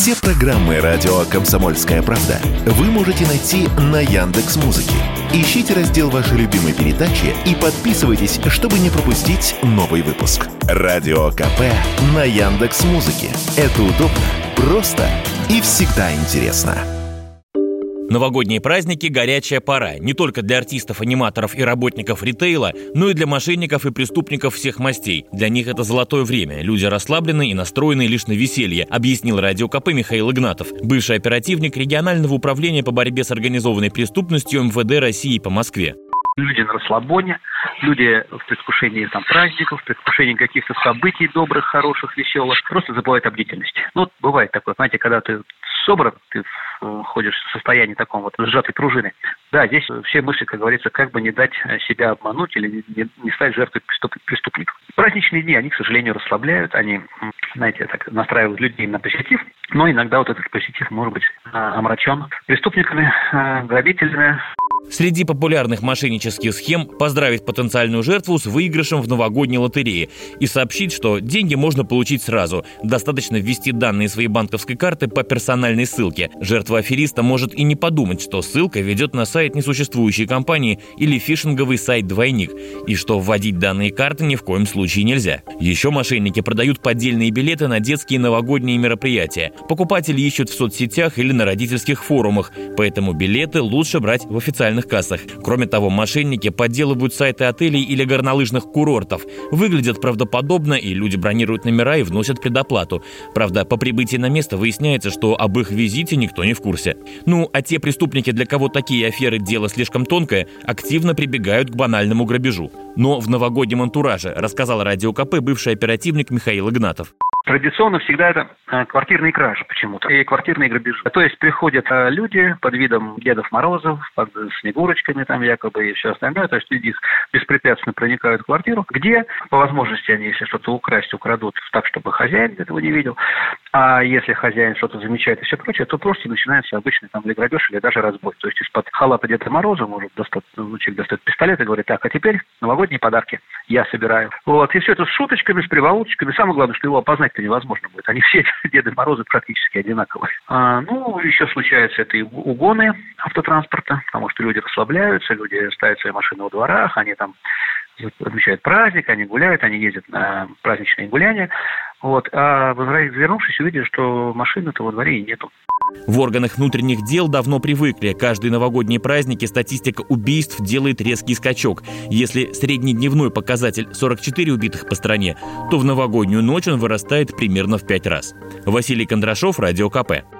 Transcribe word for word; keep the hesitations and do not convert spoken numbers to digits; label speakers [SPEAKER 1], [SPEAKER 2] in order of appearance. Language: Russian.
[SPEAKER 1] Все программы радио «Комсомольская правда» вы можете найти на Яндекс.Музыке. Ищите раздел вашей любимой передачи и подписывайтесь, чтобы не пропустить новый выпуск. Радио КП на Яндекс.Музыке. Это удобно, просто и всегда интересно.
[SPEAKER 2] Новогодние праздники – горячая пора не только для артистов, аниматоров и работников ритейла, но и для мошенников и преступников всех мастей. Для них это золотое время. Люди расслаблены и настроены лишь на веселье, объяснил Радио КП Михаил Игнатов, бывший оперативник регионального управления по борьбе с организованной преступностью эм вэ дэ России по Москве.
[SPEAKER 3] Люди на расслабоне, люди в предвкушении там, праздников, в предвкушении каких-то событий добрых, хороших, веселых, просто забывают о бдительности. Ну, вот бывает такое, знаете, когда ты собран, ты ходишь в состоянии таком вот сжатой пружины. Да, здесь все мысли, как говорится, как бы не дать себя обмануть или не, не стать жертвой преступников. Праздничные дни, они, к сожалению, расслабляют, они, знаете, так настраивают людей на позитив, но иногда вот этот позитив может быть омрачен преступниками, грабителями.
[SPEAKER 2] Среди популярных мошеннических схем поздравить потенциальную жертву с выигрышем в новогодней лотерее и сообщить, что деньги можно получить сразу. Достаточно ввести данные своей банковской карты по персональной ссылке. Жертва афериста может и не подумать, что ссылка ведет на сайт несуществующей компании или фишинговый сайт-двойник, и что вводить данные карты ни в коем случае нельзя. Еще мошенники продают поддельные билеты на детские новогодние мероприятия. Покупатели ищут в соцсетях или на родительских форумах, поэтому билеты лучше брать в официальных кассах. Кроме того, мошенники подделывают сайты отелей или горнолыжных курортов. Выглядят правдоподобно, и люди бронируют номера и вносят предоплату. Правда, по прибытии на место выясняется, что об их визите никто не в курсе. Ну, а те преступники, для кого такие аферы дело слишком тонкое, активно прибегают к банальному грабежу. Но в новогоднем антураже, рассказал Радио КП бывший оперативник Михаил Игнатов.
[SPEAKER 3] Традиционно всегда это э, квартирные кражи почему-то и квартирные грабежи. То есть приходят э, люди под видом Дедов Морозов, под снегурочками там якобы и все остальное. То есть люди беспрепятственно проникают в квартиру, где по возможности они, если что-то украсть, украдут так, чтобы хозяин этого не видел. А если хозяин что-то замечает и все прочее, то просто начинается обычный там или грабеж, или даже разбой. То есть из-под халата Деда Мороза может достать, ну, человек достает пистолет и говорит: так, а теперь новогодние подарки я собираю. Вот. И все это с шуточками, с приволочками. Самое главное, что его опознать невозможно будет. Они все, Деды Морозы, практически одинаковые. А, ну, еще случаются это и угоны автотранспорта, потому что люди расслабляются, люди ставят свои машины во дворах, они там отмечают праздник, они гуляют, они ездят на праздничные гуляния. Вот. А вернувшись, увидели, что машины-то во дворе и нету.
[SPEAKER 2] В органах внутренних дел давно привыкли. Каждые новогодние праздники статистика убийств делает резкий скачок. Если среднедневной показатель сорок четыре убитых по стране, то в новогоднюю ночь он вырастает примерно в пять раз. Василий Кондрашов, Радио КП.